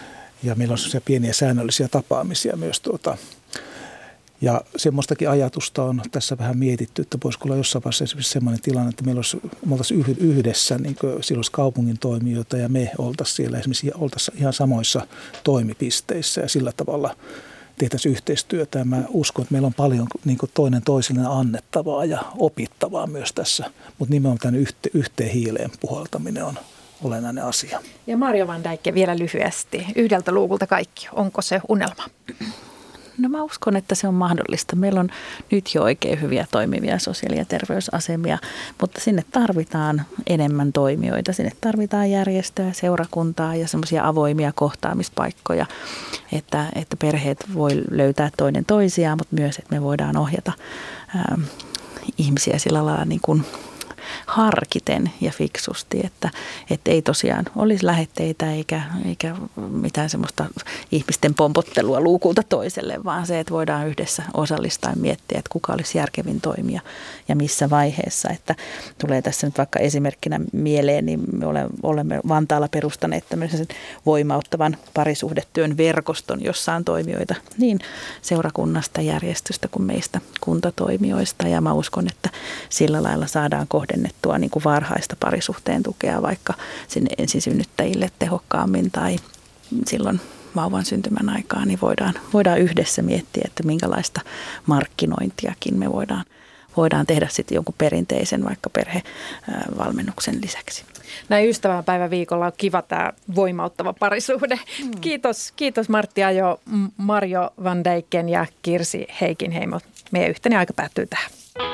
I: Ja meillä on sellaisia pieniä säännöllisiä tapaamisia myös. Ja semmoistakin ajatusta on tässä vähän mietitty, että voisiko olla jossain vaiheessa esimerkiksi sellainen tilanne, että me oltaisiin yhdessä, niin kuin silloin kaupungin toimijoita ja me oltaisiin siellä esimerkiksi ihan samoissa toimipisteissä ja sillä tavalla tehtäisiin yhteistyötä. Ja mä uskon, että meillä on paljon niin kuin toinen toisillemme annettavaa ja opittavaa myös tässä, mutta nimenomaan tämän yhteen hiileen puhaltaminen on olennainen asia.
F: Ja Marjo van Dijk vielä lyhyesti. Yhdeltä luukulta kaikki. Onko se unelma?
G: No mä uskon, että se on mahdollista. Meillä on nyt jo oikein hyviä toimivia sosiaali- ja terveysasemia, mutta sinne tarvitaan enemmän toimijoita. Sinne tarvitaan järjestöä, seurakuntaa ja semmoisia avoimia kohtaamispaikkoja, että perheet voi löytää toinen toisiaan, mutta myös, että me voidaan ohjata ihmisiä sillä lailla niin kuin harkiten ja fiksusti, että ei tosiaan olisi lähetteitä eikä mitään semmoista ihmisten pompottelua luukulta toiselle, vaan se, että voidaan yhdessä osallistaa ja miettiä, että kuka olisi järkevin toimija ja missä vaiheessa. Että tulee tässä nyt vaikka esimerkkinä mieleen, niin me olemme Vantaalla perustaneet tämmöisen voimauttavan parisuhdetyön verkoston, jossa on toimijoita niin seurakunnasta, järjestöstä kuin meistä kuntatoimijoista. Ja mä uskon, että sillä lailla saadaan kohdennettua niin kuin varhaista parisuhteen tukea vaikka sinne ensisynnyttäjille tehokkaammin tai silloin vauvan syntymän aikaa, niin voidaan yhdessä miettiä, että minkälaista markkinointiakin me voidaan tehdä sitten jonkun perinteisen vaikka perhevalmennuksen lisäksi.
F: Näin ystävänpäivän viikolla on kiva tämä voimauttava parisuhde. Kiitos Martti Ajo, Marjo van Dijken ja Kirsi Heikinheimo. Meidän yhteinen aika päättyy tähän.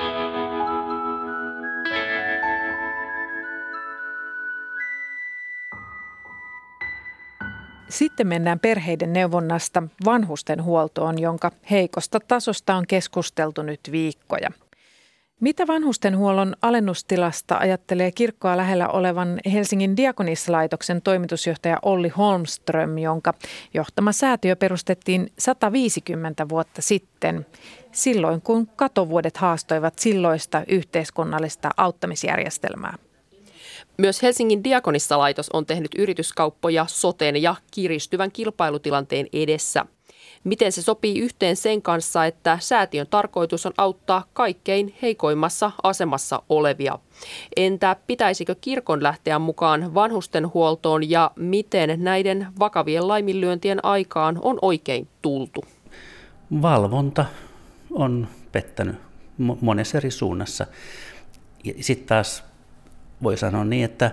F: Sitten mennään perheiden neuvonnasta vanhustenhuoltoon, jonka heikosta tasosta on keskusteltu nyt viikkoja. Mitä vanhustenhuollon alennustilasta ajattelee kirkkoa lähellä olevan Helsingin Diakonissalaitoksen toimitusjohtaja Olli Holmström, jonka johtama säätiö perustettiin 150 vuotta sitten, silloin kun katovuodet haastoivat silloista yhteiskunnallista auttamisjärjestelmää?
E: Myös Helsingin Diakonissalaitos on tehnyt yrityskauppoja soten ja kiristyvän kilpailutilanteen edessä. Miten se sopii yhteen sen kanssa, että säätiön tarkoitus on auttaa kaikkein heikoimmassa asemassa olevia? Entä pitäisikö kirkon lähteä mukaan vanhustenhuoltoon ja miten näiden vakavien laiminlyöntien aikaan on oikein tultu?
J: Valvonta on pettänyt monessa eri suunnassa. Sitten taas voi sanoa niin, että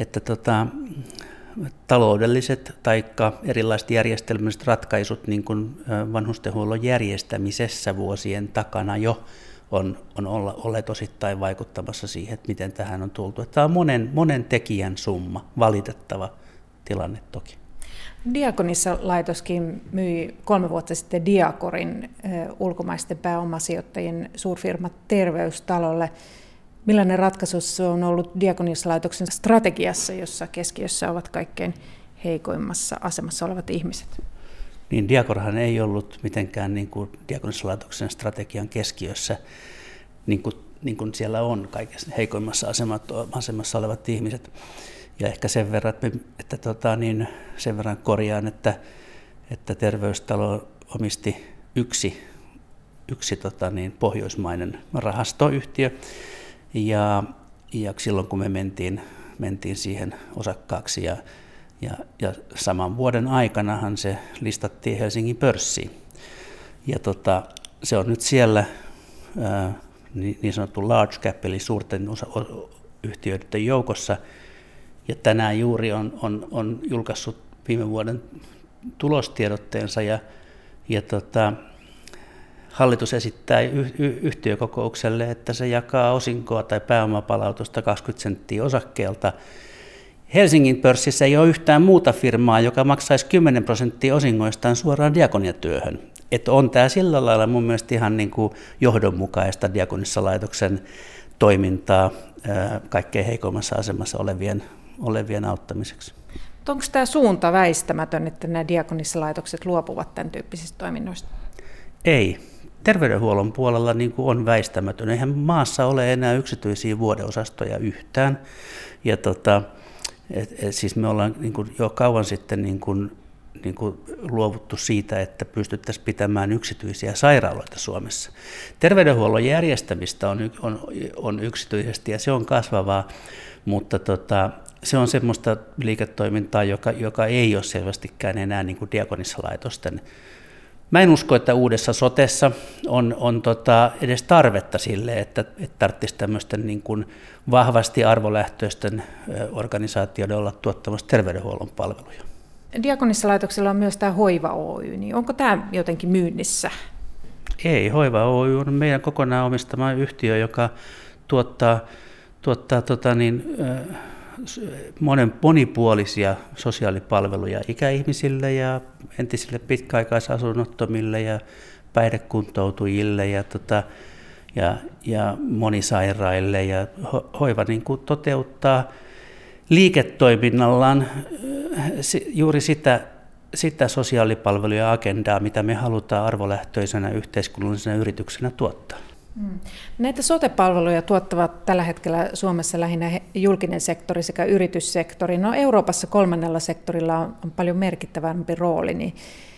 J: taloudelliset tai erilaiset järjestelmälliset ratkaisut niin kuin vanhustenhuollon järjestämisessä vuosien takana jo on olleet osittain vaikuttamassa siihen, että miten tähän on tultu. Tämä on monen tekijän summa, valitettava tilanne toki.
F: Diakonissalaitoskin myi 3 vuotta sitten Diakorin ulkomaisten pääomasijoittajien suurfirma Terveystalolle. Millainen ratkaisu se on ollut Diakonissalaitoksen strategiassa, jossa keskiössä ovat kaikkein heikoimmassa asemassa olevat ihmiset?
J: Niin Diakorhan ei ollut mitenkään niin kuin Diakonissalaitoksen strategian keskiössä, niin kuin siellä on kaikessa heikoimmassa asemassa olevat ihmiset. Ja ehkä sen verran, sen verran korjaan, että Terveystalo omisti yksi pohjoismainen rahastoyhtiö. Ja silloin kun me mentiin siihen osakkaaksi ja saman vuoden aikanahan se listattiin Helsingin pörssiin. Ja se on nyt siellä niin sanottu large cap eli suurten yhtiöiden joukossa. Ja tänään juuri on julkaissut viime vuoden tulostiedotteensa ja hallitus esittää yhtiökokoukselle, että se jakaa osinkoa tai pääomapalautusta 20 senttiä osakkeelta. Helsingin pörssissä ei ole yhtään muuta firmaa, joka maksaisi 10% osingoistaan suoraan diakoniatyöhön. Että on tämä sillä lailla mun mielestä ihan niin kuin johdonmukaista Diakonissalaitoksen toimintaa kaikkein heikoimmassa asemassa olevien auttamiseksi.
F: Onko tämä suunta väistämätön, että nämä Diakonissalaitokset luopuvat tämän tyyppisistä toiminnoista? Ei.
J: Terveydenhuollon puolella niin kuin on väistämätön. Eihän maassa ole enää yksityisiä vuodeosastoja yhtään. Ja siis me ollaan niin kuin jo kauan sitten niin kuin niin kuin luovuttu siitä, että pystyttäisiin pitämään yksityisiä sairaaloita Suomessa. Terveydenhuollon järjestämistä on yksityisesti ja se on kasvavaa, mutta se on semmoista liiketoimintaa, joka ei ole selvästikään enää niin kuin diakonissalaitosten. Mä en usko, että uudessa sotessa on edes tarvetta sille, että tarvitsisi tämmöisten niin kuin vahvasti arvolähtöisten organisaatioiden olla tuottamassa terveydenhuollon palveluja.
F: Diakonissalaitoksella on myös tämä Hoiva Oy, niin onko tämä jotenkin myynnissä?
J: Ei, Hoiva Oy on meidän kokonaan omistama yhtiö, joka tuottaa monipuolisia sosiaalipalveluja ikäihmisille ja entisille pitkäaikaisasunnottomille ja päihdekuntoutujille ja monisairaille. Ja Hoiva niin kuin toteuttaa liiketoiminnallaan juuri sitä sosiaalipalveluja agendaa, mitä me halutaan arvolähtöisenä yhteiskunnallisena yrityksenä tuottaa.
F: Näitä sote-palveluja tuottavat tällä hetkellä Suomessa lähinnä julkinen sektori sekä yrityssektori. No Euroopassa kolmannella sektorilla on paljon merkittävämpi rooli. Niin,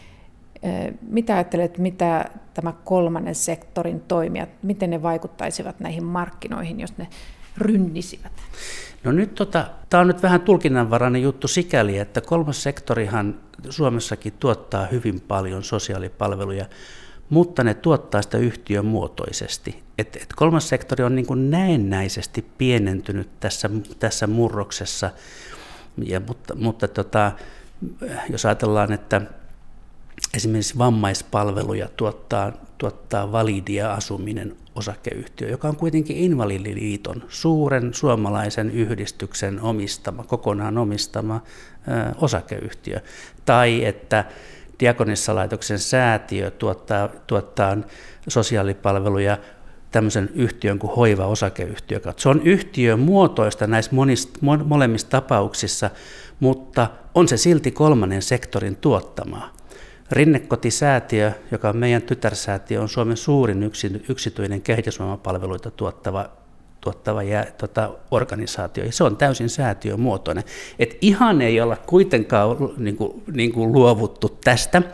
F: mitä ajattelet, mitä tämä kolmannen sektorin toimijat, miten ne vaikuttaisivat näihin markkinoihin, jos ne rynnisivät?
J: No nyt tämä on nyt vähän tulkinnanvarainen juttu sikäli, että kolmas sektorihan Suomessakin tuottaa hyvin paljon sosiaalipalveluja, mutta ne tuottaa sitä yhtiömuotoisesti. Kolmas sektori on niin kuin näennäisesti pienentynyt tässä murroksessa, mutta jos ajatellaan, että esimerkiksi vammaispalveluja tuottaa Validia Asuminen osakeyhtiö, joka on kuitenkin Invalidiliiton suuren suomalaisen yhdistyksen kokonaan omistama osakeyhtiö, tai että Diakonissalaitoksen säätiö tuottaa sosiaalipalveluja tämmöisen yhtiön kuin Hoiva-osakeyhtiö. Se on yhtiömuotoista näissä molemmissa tapauksissa, mutta on se silti kolmannen sektorin tuottamaa. Rinnekotisäätiö, joka on meidän tytärsäätiö, on Suomen suurin yksityinen kehitysvammapalveluita tuottava organisaatio, ja se on täysin säätiömuotoinen. Et ihan ei olla kuitenkaan niin kuin luovuttu tästä,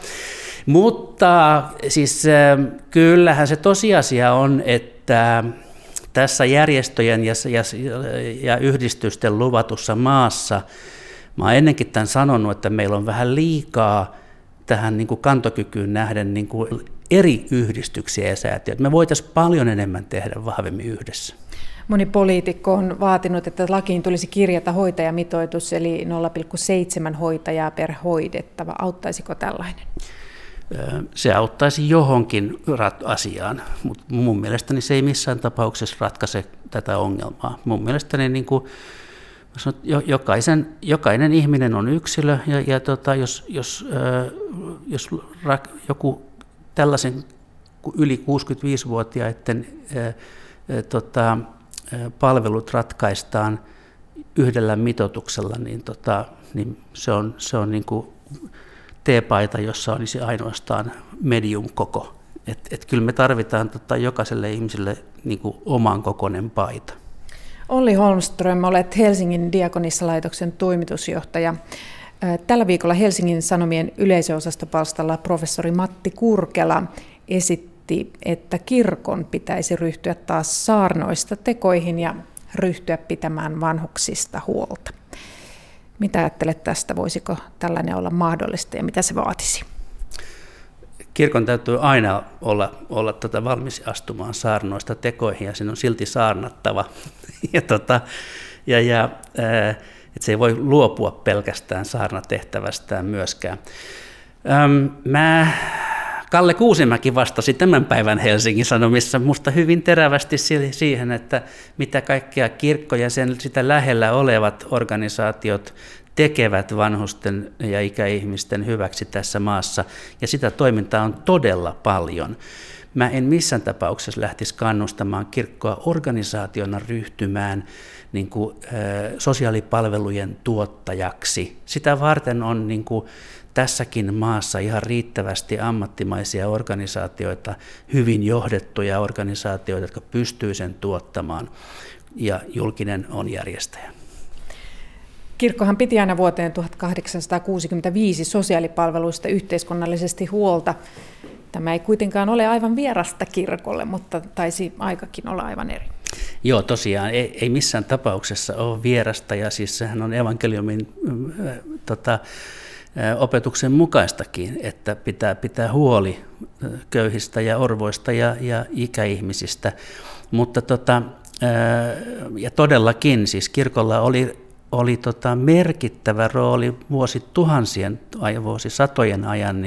J: mutta siis kyllähän se tosiasia on, että tässä järjestöjen ja yhdistysten luvatussa maassa, mä oon ennenkin tämän sanonut, että meillä on vähän liikaa tähän niin kuin kantokykyyn nähden niin kuin eri yhdistyksiä ja säätiöitä. Me voitaisiin paljon enemmän tehdä vahvemmin yhdessä.
F: Moni poliitikko on vaatinut, että lakiin tulisi kirjata hoitajamitoitus, eli 0,7 hoitajaa per hoidettava. Auttaisiko tällainen?
J: Se auttaisi johonkin asiaan, mutta mun mielestäni se ei missään tapauksessa ratkaise tätä ongelmaa. Mun mielestäni niin kuin jokainen ihminen on yksilö, ja jos joku tällaisen yli 65-vuotiaiden palvelut ratkaistaan yhdellä mitoituksella, niin se on niin kuin teepaita, jossa olisi ainoastaan medium-koko. Et kyllä me tarvitaan jokaiselle ihmiselle niin kuin oman kokoinen paita.
F: Olli Holmström, olet Helsingin Diakonissalaitoksen toimitusjohtaja. Tällä viikolla Helsingin Sanomien yleisöosastopalstalla professori Matti Kurkela esitti, että kirkon pitäisi ryhtyä taas saarnoista tekoihin ja ryhtyä pitämään vanhuksista huolta. Mitä ajattelet tästä? Voisiko tällainen olla mahdollista ja mitä se vaatisi?
J: Kirkon täytyy aina olla valmis astumaan saarnoista tekoihin ja sen on silti saarnattava. Että se ei voi luopua pelkästään saarnatehtävästään myöskään. Kalle Kuusimäki vastasi tämän päivän Helsingin Sanomissa musta hyvin terävästi siihen, että mitä kaikkea kirkko ja sitä lähellä olevat organisaatiot tekevät vanhusten ja ikäihmisten hyväksi tässä maassa, ja sitä toimintaa on todella paljon. Mä en missään tapauksessa lähtisi kannustamaan kirkkoa organisaationa ryhtymään niin kuin, sosiaalipalvelujen tuottajaksi. Sitä varten on niin kuin, tässäkin maassa ihan riittävästi ammattimaisia organisaatioita, hyvin johdettuja organisaatioita, jotka pystyy sen tuottamaan, ja julkinen on järjestäjä.
F: Kirkkohan piti aina vuoteen 1865 sosiaalipalveluista yhteiskunnallisesti huolta. Tämä ei kuitenkaan ole aivan vierasta kirkolle, mutta taisi aikakin olla aivan eri.
J: Joo, tosiaan ei missään tapauksessa ole vierasta, ja siis sehän on evankeliumin opetuksen mukaistakin, että pitää huoli köyhistä ja orvoista ja ikäihmisistä, mutta ja todellakin siis kirkolla oli merkittävä rooli vuosisatojen ajan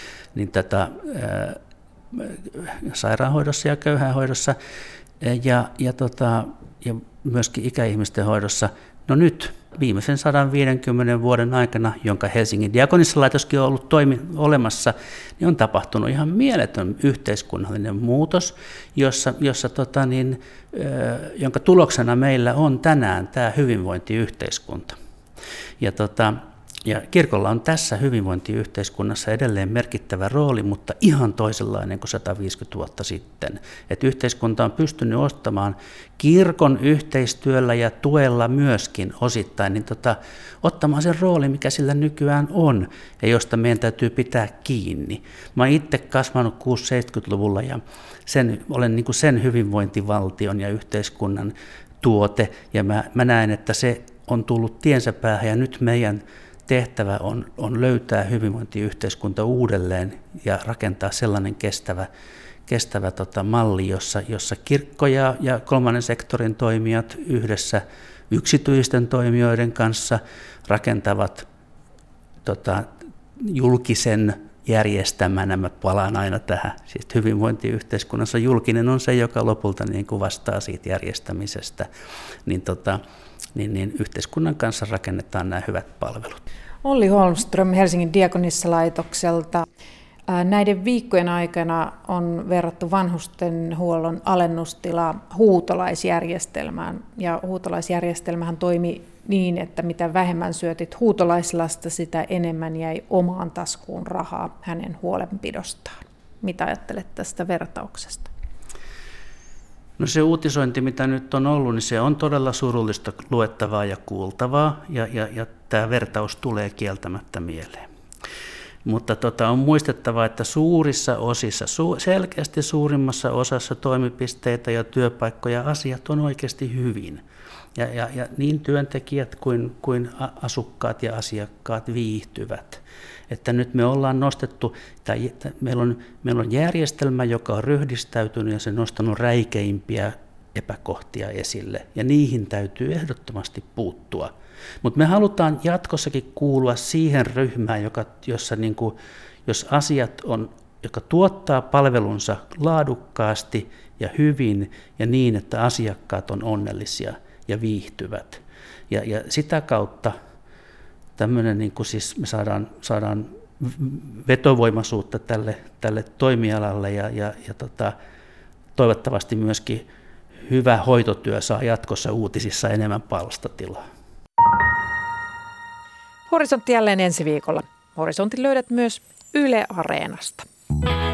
J: sairaanhoidossa ja köyhäinhoidossa ja myöskin ikäihmisten hoidossa. No nyt viimeisen 150 vuoden aikana, jonka Helsingin diakonissalaitoskin on ollut olemassa, niin on tapahtunut ihan mieletön yhteiskunnallinen muutos, jonka tuloksena meillä on tänään tämä hyvinvointiyhteiskunta. Ja kirkolla on tässä hyvinvointiyhteiskunnassa edelleen merkittävä rooli, mutta ihan toisenlainen kuin 150 vuotta sitten. Et yhteiskunta on pystynyt ostamaan kirkon yhteistyöllä ja tuella myöskin osittain, ottamaan sen roolin, mikä sillä nykyään on ja josta meidän täytyy pitää kiinni. Mä oon itse kasvanut 60-70-luvulla ja olen sen hyvinvointivaltion ja yhteiskunnan tuote, ja mä näen, että se on tullut tiensä päähän, ja nyt meidän tehtävä on löytää hyvinvointiyhteiskunta uudelleen ja rakentaa sellainen kestävä malli, jossa kirkko ja kolmannen sektorin toimijat yhdessä yksityisten toimijoiden kanssa rakentavat julkisen järjestämänä. Mä palaan aina tähän. Siis hyvinvointiyhteiskunnassa julkinen on se, joka lopulta vastaa siitä järjestämisestä. Niin yhteiskunnan kanssa rakennetaan nämä hyvät palvelut.
F: Olli Holmström Helsingin diakonissalaitokselta. Näiden viikkojen aikana on verrattu vanhustenhuollon alennustilaa huutolaisjärjestelmään. Ja huutolaisjärjestelmähän toimi niin, että mitä vähemmän syötit huutolaislasta, sitä enemmän jäi omaan taskuun rahaa hänen huolenpidostaan. Mitä ajattelet tästä vertauksesta?
J: No se uutisointi, mitä nyt on ollut, niin se on todella surullista luettavaa ja kuultavaa, ja tämä vertaus tulee kieltämättä mieleen. Mutta on muistettava, että suurissa osissa, selkeästi suurimmassa osassa toimipisteitä ja työpaikkoja asiat on oikeasti hyvin. Ja niin työntekijät kuin asukkaat ja asiakkaat viihtyvät. Että nyt me ollaan nostettu, meillä on järjestelmä, joka on ryhdistäytynyt ja se nostanut räikeimpiä epäkohtia esille. Ja niihin täytyy ehdottomasti puuttua. Mutta me halutaan jatkossakin kuulua siihen ryhmään, jos asiat joka tuottaa palvelunsa laadukkaasti ja hyvin ja niin, että asiakkaat on onnellisia ja viihtyvät. Ja sitä kautta tämmöinen, siis me saadaan vetovoimaisuutta tälle toimialalle ja toivottavasti myöskin hyvä hoitotyö saa jatkossa uutisissa enemmän palstatilaa.
F: Horisontti jälleen ensi viikolla. Horisontin löydät myös Yle Areenasta.